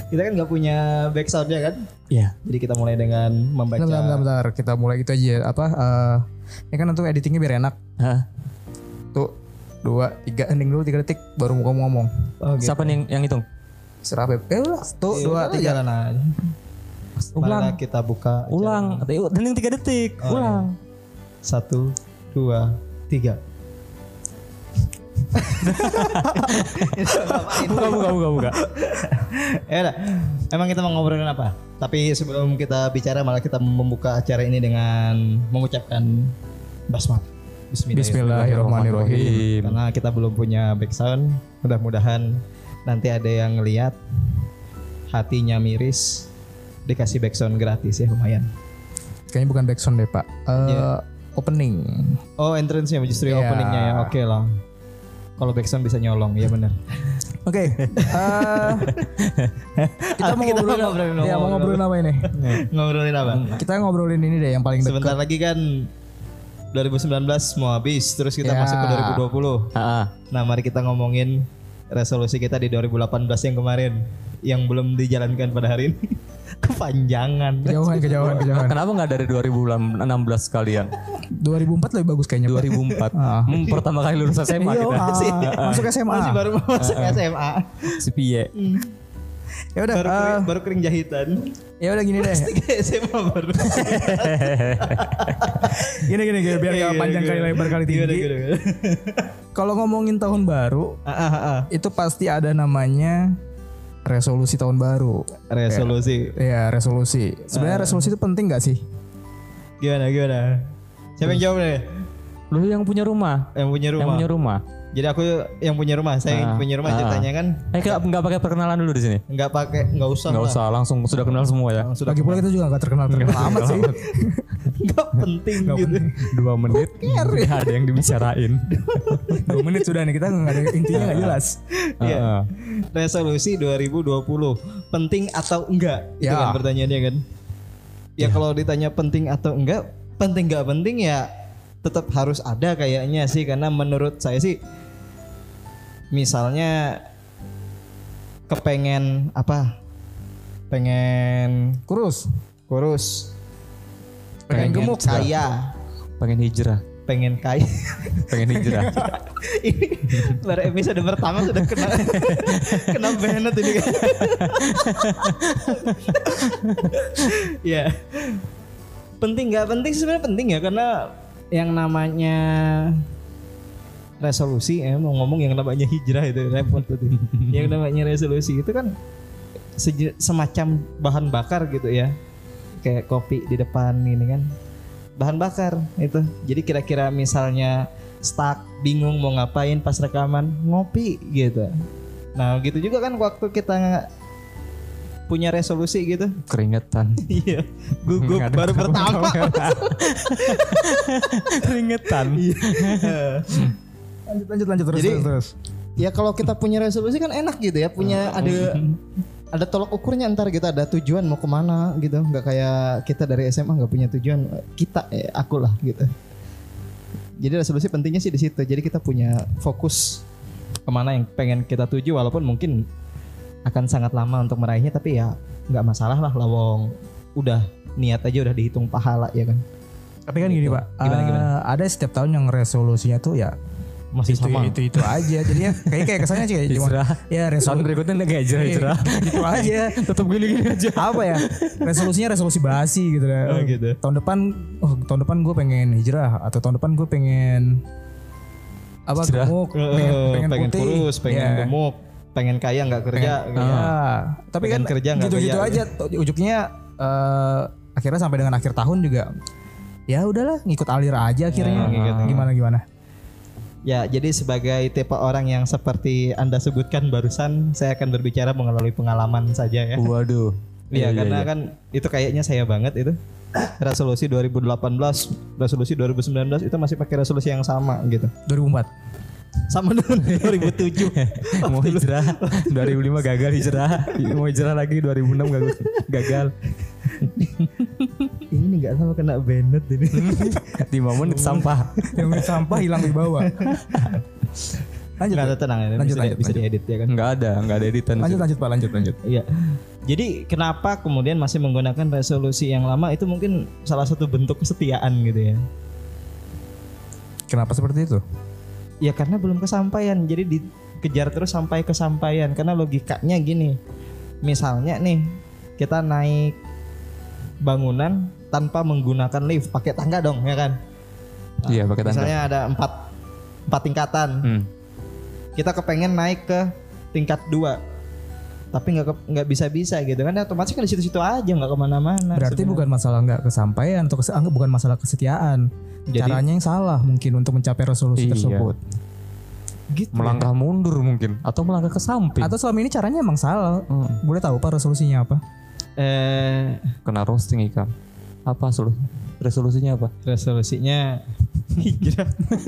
Kita kan nggak punya backsoundnya kan? Iya. Jadi kita mulai dengan membaca. Bentar. Kita mulai itu aja. Ini kan untuk editingnya biar enak. Hah? Tuh 2, 3 ending dulu 3 detik baru kamu ngomong. Oh, gitu. Siapa nih yang hitung? Serah Beb. Tuh 2, 3 jalan aja. Ulang. Mari kita buka. Ulang. Ending 3 detik. Oh, Ulang. 1, 2, 3. Buka. Ya udah. Emang kita mau ngobrolin apa? Tapi sebelum kita bicara malah kita membuka acara ini dengan mengucapkan basmalah. Bismillahirrahmanirrahim. Karena kita belum punya backsound, mudah-mudahan nanti ada yang ngeliat hatinya miris dikasih backsound gratis ya, lumayan. Kayaknya bukan backsound deh Pak. Opening. Oh, entrance-nya justru openingnya ya. Oke lah. Kalau backsound bisa nyolong, ya benar. Oke. Kita mau ngobrolin apa ini? Ngobrolin apa? Kita ngobrolin ini deh yang paling dekat. Sebentar lagi kan 2019 mau habis, terus kita masuk ke 2020. Nah, mari kita ngomongin resolusi kita di 2018 yang kemarin yang belum dijalankan pada hari ini. Kepanjangan. Kejauhan. Kenapa nggak dari 2016 sekalian? 2004 lebih bagus kayaknya. 2004. Pertama kali lulus SMA kita. Masuk SMA. Masih baru masuk SMA. Si Piye. Ya udah baru kering jahitan. Ya udah gini deh. SMA baru. Gini biar gak panjang kali lebar kali tinggi. Kalau ngomongin tahun baru, itu pasti ada namanya resolusi tahun baru. Resolusi. Iya, resolusi. Sebenarnya resolusi itu penting gak sih? Gimana? Siapa yang jawab deh? Lu yang punya rumah. Yang punya rumah. Jadi aku yang punya rumah. Saya yang punya rumah ceritanya kan. Nggak pakai perkenalan dulu di sini. Nggak usah, langsung sudah kenal semua ya. Lagi pula kita juga nggak terkenal amat sih. Nggak penting gitu. 2 menit. Nggak ada yang dibicarain. 2 menit sudah nih, kita nggak ada intinya, nggak jelas. Iya. Resolusi 2020 penting atau enggak? Itu kan pertanyaannya kan. Ya kalau ditanya penting atau enggak, penting nggak penting ya tetap harus ada kayaknya sih, karena menurut saya sih misalnya kepengen apa? Pengen kurus, pengen gemuk, kaya, pengen hijrah. Pengen kaya. Pengen hijrah. Ini baru episode pertama sudah kena banget ini kan. Ya. Penting nggak penting, sebenarnya penting ya, karena yang namanya resolusi, mau ngomong yang namanya hijrah itu repot tuh. Yang namanya resolusi itu kan semacam bahan bakar gitu ya, kayak kopi di depan ini kan, bahan bakar itu. Jadi kira-kira misalnya stuck, bingung mau ngapain pas rekaman, ngopi gitu. Nah gitu juga kan waktu kita punya resolusi gitu, keringetan. Iya, gugup baru pertama. Keringetan. Lanjut terus. Ya kalau kita punya resolusi kan enak gitu ya, punya ada tolok ukurnya, ntar gitu ada tujuan mau kemana gitu. Nggak kayak kita dari SMA nggak punya tujuan, aku lah gitu. Jadi resolusi pentingnya sih di situ. Jadi kita punya fokus kemana yang pengen kita tuju, walaupun mungkin akan sangat lama untuk meraihnya, tapi ya nggak masalah lah, lawong udah niat aja udah dihitung pahala ya kan. Tapi kan gini Pak, gimana? Ada setiap tahun yang resolusinya tuh ya masih itu, sama itu aja, jadinya kayak kesannya sih cuma ya tahun berikutnya nggak hijrah gitu aja, tetap gini aja. Apa ya, resolusinya resolusi basi gitu ya. Gitu. Tahun depan gue pengen hijrah, atau tahun depan gue pengen apa, gemuk, pengen putih, kurus, pengen gemuk, pengen kaya nggak kerja, tapi kan kerja gitu-gitu aja. Ujungnya akhirnya sampai dengan akhir tahun juga ya udahlah, ngikut alir aja akhirnya. Gimana? Ya, jadi sebagai tipe orang yang seperti Anda sebutkan barusan, saya akan berbicara melalui pengalaman saja ya. Waduh. Iya, karena kan itu kayaknya saya banget itu. Resolusi 2018, resolusi 2019 itu masih pakai resolusi yang sama gitu. 2004. Sama dengan 2007. Mau hijrah 2005 gagal hijrah, mau hijrah lagi 2006 gagal. Ini nggak sama kena Bennett ini. 5 menit sampah. 5 menit sampah hilang di bawah. Lanjut. Nggak ada, tenang ya. Lanjut, Bisa diedit ya kan. Nggak ada editan. Lanjut Pak, lanjut. Iya. Jadi kenapa kemudian masih menggunakan resolusi yang lama itu mungkin salah satu bentuk kesetiaan gitu ya. Kenapa seperti itu? Ya karena belum kesampaian. Jadi dikejar terus sampai kesampaian. Karena logikanya gini. Misalnya nih kita naik bangunan tanpa menggunakan lift, pakai tangga dong ya kan. Iya, pakai tangga. Misalnya ada 4 tingkatan. Kita kepengen naik ke tingkat 2. Tapi nggak bisa gitu kan, otomatis kan di situ-situ aja, nggak kemana-mana. Berarti bukan masalah nggak kesampaian atau bukan masalah kesetiaan. Jadi, caranya yang salah mungkin untuk mencapai resolusi tersebut. Gitu melangkah mundur mungkin atau melangkah ke samping. Atau selama ini caranya emang salah. Boleh tahu Pak resolusinya apa? Kena roasting ikan. Apa resolusinya apa? Resolusinya hijrah.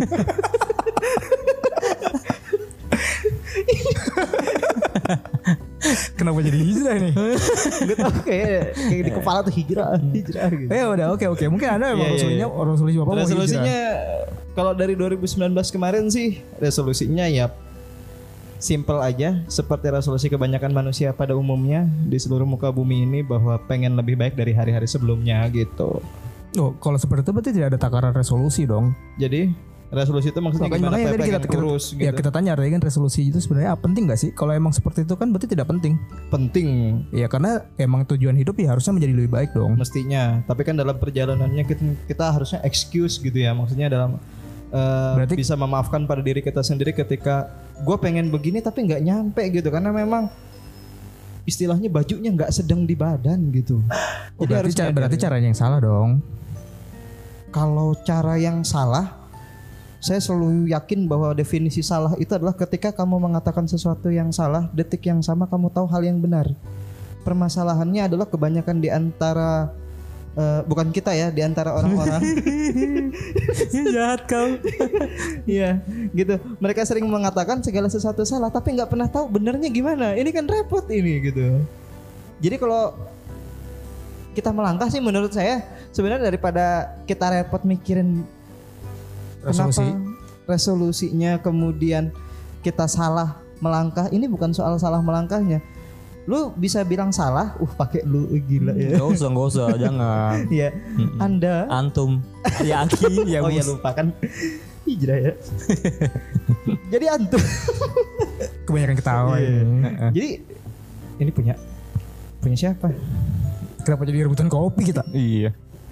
Kenapa jadi hijrah nih? Gak tau, kayak di kepala tuh hijrah gitu. Udah oke. Mungkin ada emang resolusi Bapak mau hijrah. Resolusinya kalau dari 2019 kemarin sih resolusinya ya simple aja, seperti resolusi kebanyakan manusia pada umumnya di seluruh muka bumi ini, bahwa pengen lebih baik dari hari-hari sebelumnya gitu. Oh, kalau seperti itu berarti tidak ada takaran resolusi dong. Jadi resolusi itu maksudnya gimana? Makanya tadi kita tanya tanya kan resolusi itu sebenarnya penting gak sih? Kalau emang seperti itu kan berarti tidak penting. Penting. Ya karena emang tujuan hidup ya harusnya menjadi lebih baik dong. Mestinya. Tapi kan dalam perjalanannya kita harusnya excuse gitu ya. Maksudnya dalam berarti bisa memaafkan pada diri kita sendiri ketika gue pengen begini tapi nggak nyampe gitu, karena memang istilahnya bajunya nggak sedang di badan gitu. Jadi berarti caranya yang salah dong. Kalau cara yang salah, saya selalu yakin bahwa definisi salah itu adalah ketika kamu mengatakan sesuatu yang salah, detik yang sama kamu tahu hal yang benar. Permasalahannya adalah kebanyakan di antara bukan kita ya, di antara orang-orang. Jahat kau. Iya, gitu. Mereka sering mengatakan segala sesuatu salah, tapi nggak pernah tahu benernya gimana. Ini kan repot ini gitu. Jadi kalau kita melangkah sih menurut saya sebenarnya daripada kita repot mikirin kenapa resolusinya kemudian kita salah melangkah. Ini bukan soal salah melangkahnya. Lu bisa bilang salah, pakai lu, gila ya. Gak usah, jangan. Iya. Anda, antum, yakin ya. Oh ya, lupa kan. Hijrah ya. Jadi antum. Kebanyakan ketawa ini. Jadi ini punya siapa? Kenapa jadi rebutan kopi kita? Iya.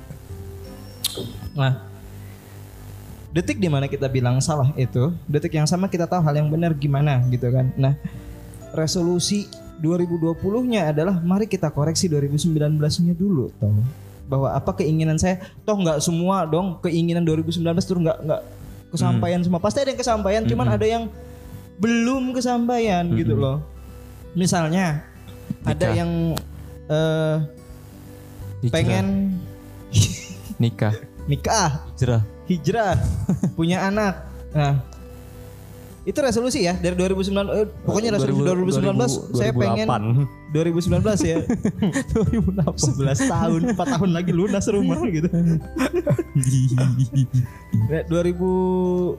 Nah, detik di mana kita bilang salah itu, detik yang sama kita tahu hal yang benar gimana gitu kan. Nah, resolusi 2020-nya adalah mari kita koreksi 2019-nya dulu, toh. Bahwa apa keinginan saya, toh nggak semua dong keinginan 2019 terus nggak kesampaian semua. Pasti ada yang kesampaian, cuman ada yang belum kesampaian gitu loh. Misalnya ada yang pengen nikah, hijrah, punya anak. Nah, itu resolusi ya dari 2019. Pokoknya resolusi 2019 saya pengen 2019 ya. 2008 11 tahun, 4 tahun lagi lunas rumah gitu. 2019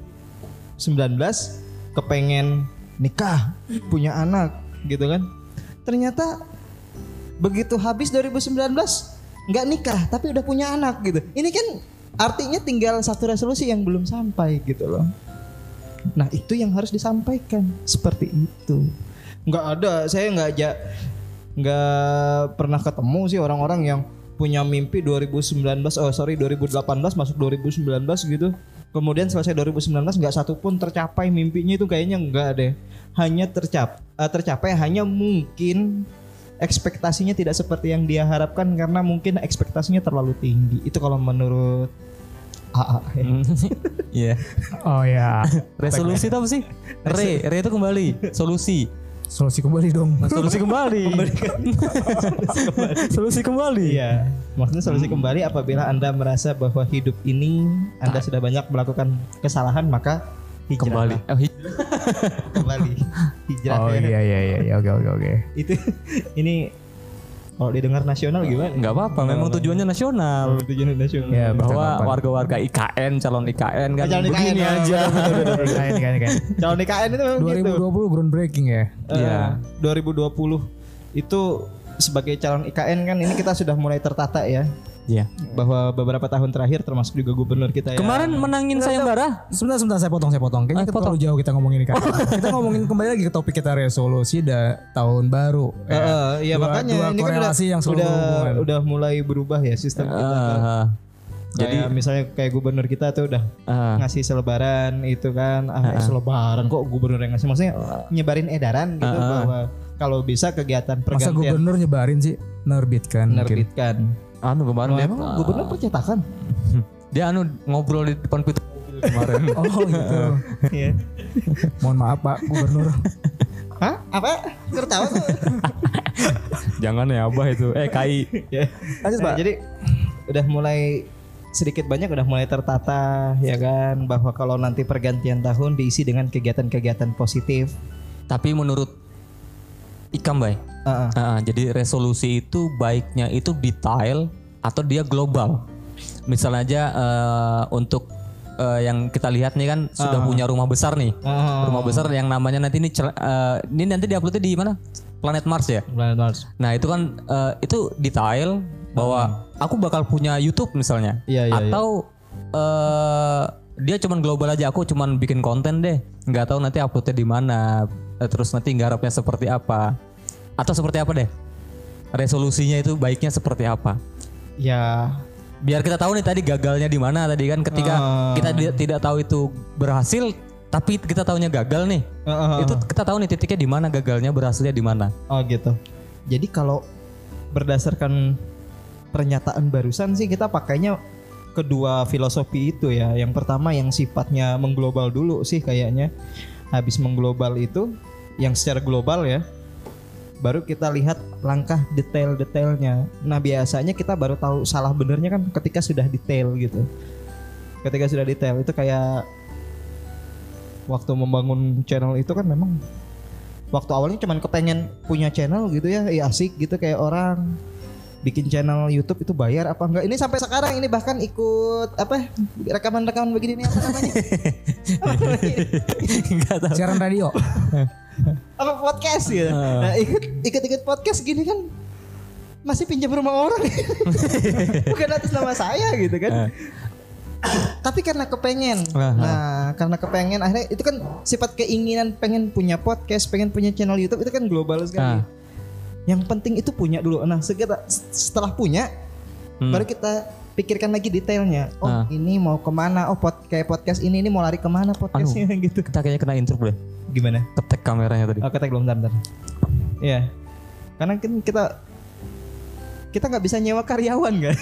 kepengen nikah, punya anak gitu kan. Ternyata begitu habis 2019 nggak nikah tapi udah punya anak gitu. Ini kan artinya tinggal satu resolusi yang belum sampai gitu loh. Nah itu yang harus disampaikan seperti itu. Nggak ada, saya nggak pernah ketemu sih orang-orang yang punya mimpi 2018 masuk 2019 gitu. Kemudian selesai 2019 nggak satu pun tercapai mimpinya itu, kayaknya nggak ada. Hanya tercapai hanya mungkin ekspektasinya tidak seperti yang dia harapkan karena mungkin ekspektasinya terlalu tinggi. Itu kalau menurut Iya. Oh ya. Resolusi itu apa sih? Re itu kembali. Solusi kembali dong. Solusi kembali. Solusi kembali. Iya. Maksudnya solusi kembali apabila Anda merasa bahwa hidup ini Anda sudah banyak melakukan kesalahan, maka hijrah. Kembali. Hijrah. Oh iya. Oke. Itu ini Kalau didengar nasional gimana? Nggak apa-apa, memang tujuannya nasional. Tujuan nasional. Ya, Bahwa warga-warga IKN, calon IKN kan Calon begini IKN, aja. Kan. Calon IKN itu memang gitu. 2020 groundbreaking ya. Iya. 2020 itu sebagai calon IKN kan ini kita sudah mulai tertata ya. Iya. Bahwa beberapa tahun terakhir termasuk juga gubernur kita ya. Kemarin menangin sayembara. Sebentar saya potong. Kayaknya kita terlalu jauh kita ngomongin ini kan. Kita ngomongin kembali lagi ke topik kita resolusi tahun baru. Iya makanya ini kan korelasi yang selalu berhubungan. udah mulai berubah ya sistem kita. Jadi misalnya kayak gubernur kita tuh udah ngasih selebaran itu kan, selebaran kok gubernur yang ngasih, maksudnya nyebarin edaran gitu bahwa kalau bisa kegiatan Masa pergantian gubernur nyebarin sih? Nerbitkan. menerbitkan. Kemarin dia Emang gubernur percetakan? dia ngobrol di depan pintu mobil kemarin. Oh gitu. Iya. Mohon maaf Pak Gubernur. Hah? Apa? Tertawa tuh. Jangan ya Abah itu. KI. Ya. Lanjut, Pak. Jadi udah mulai sedikit banyak udah mulai tertata ya kan, bahwa kalau nanti pergantian tahun diisi dengan kegiatan-kegiatan positif. Tapi menurut Ikam Bay, jadi resolusi itu baiknya itu detail atau dia global. Misalnya aja untuk yang kita lihat nih kan sudah punya rumah besar nih, rumah besar yang namanya nanti ini nanti diuploadnya di mana? Planet Mars ya. Planet Mars. Nah itu kan itu detail bahwa aku bakal punya YouTube misalnya, atau dia cuman global aja, aku cuman bikin konten deh, nggak tahu nanti uploadnya di mana, terus nanti garapnya seperti apa, atau seperti apa deh resolusinya itu baiknya seperti apa Ya, biar kita tahu nih tadi gagalnya di mana tadi kan, ketika kita tidak tahu itu berhasil tapi kita tahunya gagal nih, itu kita tahu nih titiknya di mana, gagalnya berhasilnya di mana. Oh gitu. Jadi kalau berdasarkan pernyataan barusan sih kita pakainya kedua filosofi itu ya. Yang pertama yang sifatnya mengglobal dulu sih kayaknya. Habis mengglobal itu yang secara global ya, baru kita lihat langkah detail-detailnya. Nah biasanya kita baru tahu salah benernya kan ketika sudah detail gitu. Ketika sudah detail itu kayak waktu membangun channel itu kan memang waktu awalnya cuman kepengen punya channel gitu ya, asik gitu kayak orang bikin channel YouTube itu bayar apa enggak. Ini sampai sekarang ini bahkan ikut apa rekaman-rekaman begini nih apa namanya? Enggak tahu. Siaran radio. Apa podcast gitu. Nah, ikut podcast gini kan masih pinjam rumah orang. Bukan atas nama saya gitu kan. Tapi karena kepengen. Nah, karena kepengen akhirnya itu kan sifat keinginan pengen punya podcast, pengen punya channel YouTube itu kan global sekali. Yang penting itu punya dulu. Nah, setelah punya baru kita pikirkan lagi detailnya. Oh, ini mau kemana? Oh, kayak podcast ini mau lari kemana podcastnya gitu. Kita kayaknya kena intro deh. Gimana? Ketek kameranya tadi. Oh, ketek belum, bentar. Iya. Karena kan kita nggak bisa nyewa karyawan kan?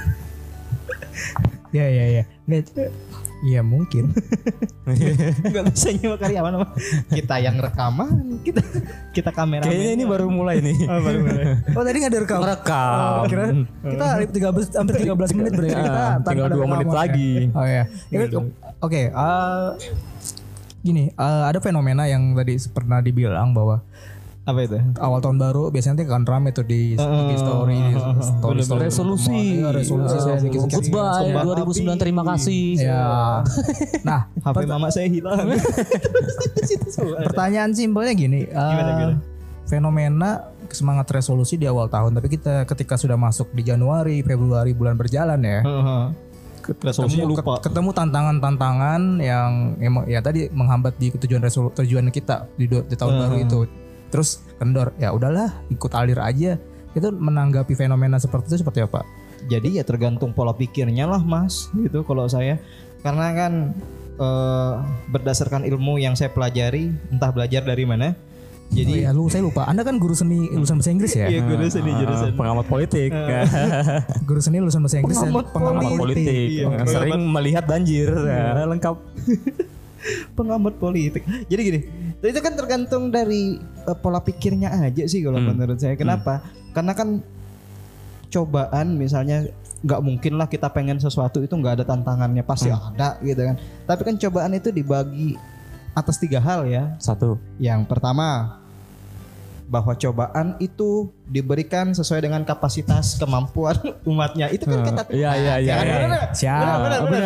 Ya. Iya mungkin. Nggak bisa nyewa karyawan apa? Kita yang rekaman, kita kameramen. Kayaknya ini baru mulai nih. Baru mulai. Oh tadi nggak ada rekam. Rekam. Kira kita hampir 13 menit berarti kita tinggal 2 menit lagi. Oh ya. Oke. Gini, ada fenomena yang tadi pernah dibilang bahwa Apa itu? awal tahun baru biasanya nanti akan rame tuh di story, Resolusi. resolusi saya bikin Goodbye 2009, terima kasih. Ya. Nah, HP mama saya hilang. pertanyaan simpelnya gini, Gimana? fenomena semangat resolusi di awal tahun, tapi kita ketika sudah masuk di Januari, Februari, bulan berjalan ya, ketemu tantangan-tantangan yang ya tadi menghambat di tujuan kita di tahun baru itu. Terus kendor, ya udahlah ikut alir aja. Itu menanggapi fenomena seperti itu seperti apa? Jadi ya tergantung pola pikirnya lah mas, gitu kalau saya. Karena kan berdasarkan ilmu yang saya pelajari, entah belajar dari mana. Jadi saya lupa. Anda kan guru seni lulusan bahasa Inggris ya? Iya, guru seni jurusan pengamat politik. Guru seni lulusan bahasa Inggris dan Pengamat politik. Iya, Sering melihat banjir. Lengkap. Pengamat politik. Jadi gini, itu kan tergantung dari pola pikirnya aja sih kalau menurut saya. Kenapa? Karena kan cobaan misalnya nggak mungkin lah kita pengen sesuatu itu nggak ada tantangannya, pasti ada gitu kan. Tapi kan cobaan itu dibagi atas 3 hal ya. 1. Yang pertama bahwa cobaan itu diberikan sesuai dengan kapasitas kemampuan umatnya. Itu kan kata Tuhan. Iya. Siap.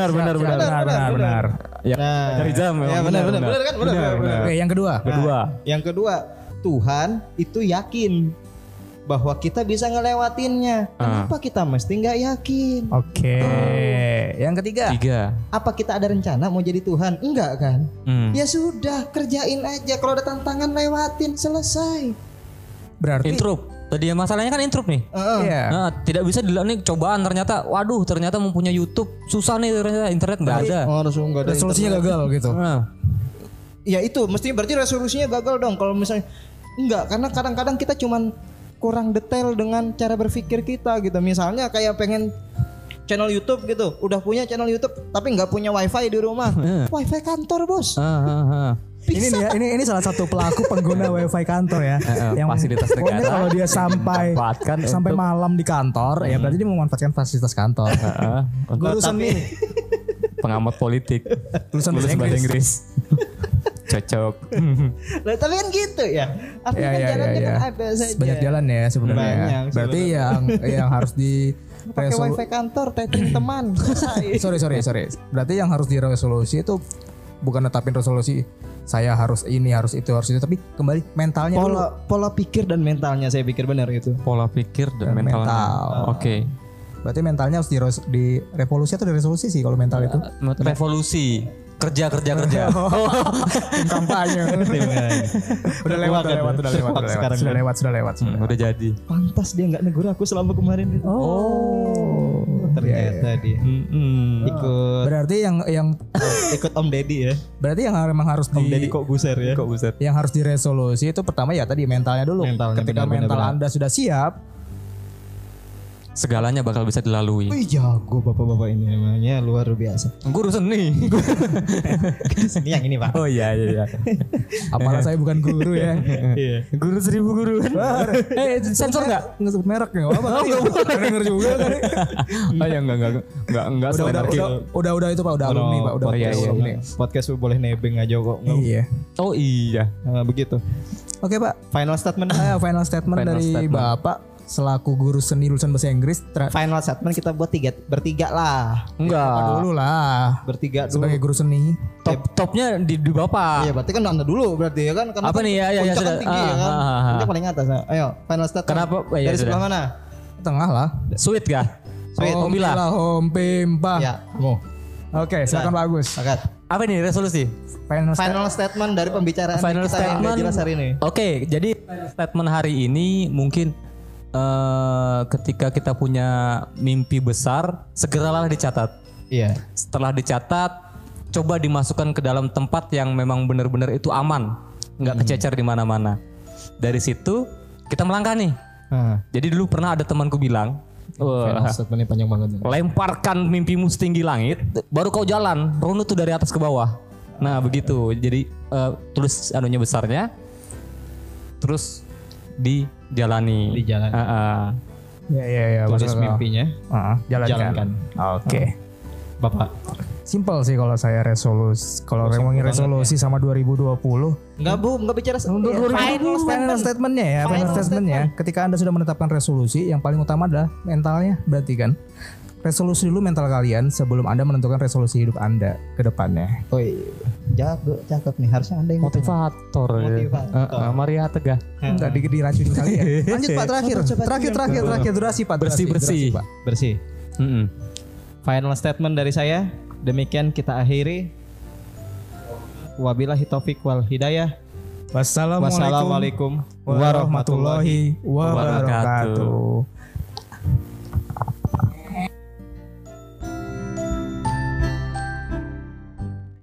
Benar. Ya, dari jam. Ya, benar kan? Benar. Oke, yang kedua. Yang kedua, Tuhan itu yakin bahwa kita bisa ngelewatinnya. Kenapa kita mesti nggak yakin? Oke. Yang ketiga. 3. Apa kita ada rencana mau jadi Tuhan? Enggak kan? Ya sudah, kerjain aja. Kalau ada tantangan lewatin, selesai. Berarti Intrup. Tadi masalahnya kan intrup nih. Iya. Nah, tidak bisa dilihat nih cobaan ternyata. Waduh, ternyata mempunyai YouTube susah nih, ternyata internet nggak ada. Nggak ada Resolusinya gagal gitu. Nah, Ya itu, mesti berarti resolusinya gagal dong. Kalau misalnya enggak, karena kadang-kadang kita cuman kurang detail dengan cara berpikir kita gitu. Misalnya kayak pengen channel YouTube gitu, udah punya channel YouTube tapi nggak punya wifi di rumah. Wifi kantor bos. Ini nih ya, ini salah satu pelaku pengguna wifi kantor ya. yang fasilitas Pokoknya negara. kalau dia sampai Dimanfaatkan malam di kantor, ya berarti dia memanfaatkan fasilitas kantor. Guru seni, pengamat politik, tulisan lulus bahasa Inggris. Cocok. Nah, tapi kan gitu ya. Artinya kan jalannya kan ada saja. Banyak jalan ya sebenarnya. Banyak, Berarti yang harus di pakai wifi kantor, tetting teman. sorry. Berarti yang harus diresolusi itu bukan netapin resolusi saya harus ini, harus itu, tapi kembali mentalnya dulu. Pola pikir dan mentalnya saya pikir benar itu. Pola pikir dan mentalnya. Oke. Berarti mentalnya harus di revolusi atau diresolusi sih kalau mental itu? Revolusi. Kerja. Tim kampanye. Udah lewat. Sudah lewat. Udah jadi. Pantas dia nggak negur aku selama kemarin itu. Oh, ternyata dia ikut. Berarti yang ikut Om Deddy ya. Berarti yang memang harus Om Deddy kok buser ya. Yang harus diresolusi itu pertama ya tadi mentalnya dulu. Ketika mental Anda sudah siap, segalanya bakal bisa dilalui. Wih, jago bapak-bapak ini namanya luar biasa. Guru seni. Sini yang ini Pak. Oh iya. Apalah saya bukan guru ya. Guru 1000 guru. Sensor enggak? Nggak sebut merek ya. Apa? Enggak denger juga kan. Oh ya enggak Udah itu Pak, udah alumni Pak, udah. Iya. Podcast boleh nebeng aja kok. Iya. Oh iya. Begitu. Oke Pak. Final statement. Final statement dari Bapak selaku guru seni lulusan bahasa Inggris. Final statement kita buat bertiga lah. Enggak. Dulu lah. Bertiga dulu. Sebagai guru seni. Topnya di Bapak. Iya, berarti kan Anda dulu berarti ya kan. Karena apa nih ya puncak sudah. Kan tinggi ya kan. Puncak paling atas. Ayo, final statement. Kenapa? Dari sebelah mana? Tengah lah. Sweet kah? Sweet. Om Bila. Om Pimpa. Ya, kamu. Oke, silakan Pak Agus. Angkat. Apa nih resolusi? Final statement dari pembicaraan final kita statement yang jelas hari ini. Oke, jadi final statement hari ini mungkin ketika kita punya mimpi besar, segeralah dicatat. Iya. Setelah dicatat, coba dimasukkan ke dalam tempat yang memang benar-benar itu aman, nggak kececer di mana-mana. Dari situ kita melangkah nih. Jadi dulu pernah ada temanku bilang, final statementnya panjang banget. lemparkan mimpimu setinggi langit, baru kau jalan, runut tuh dari atas ke bawah. Nah begitu. Jadi tulis anunya besarnya, terus dijalani. Ya. Tulis mimpinya. Jalankan. Oke. Bapak. Simpel sih kalau saya resolusi. Kalau ngomongin resolusi sama 2020. Enggak bicara Final statementnya ya. Final statementnya. Ketika Anda sudah menetapkan resolusi, yang paling utama adalah mentalnya. Berarti kan resolusi dulu mental kalian sebelum Anda menentukan resolusi hidup Anda ke depannya. Oh iya. Jago, cakep nih. Harusnya Anda yang Motivator. Maria Tegah. Enggak diracun kali ya. Lanjut Pak, terakhir durasi Pak. Bersih. Final statement dari saya. Demikian kita akhiri. Wabillahi taufik wal hidayah. Wassalamualaikum warahmatullahi wabarakatuh.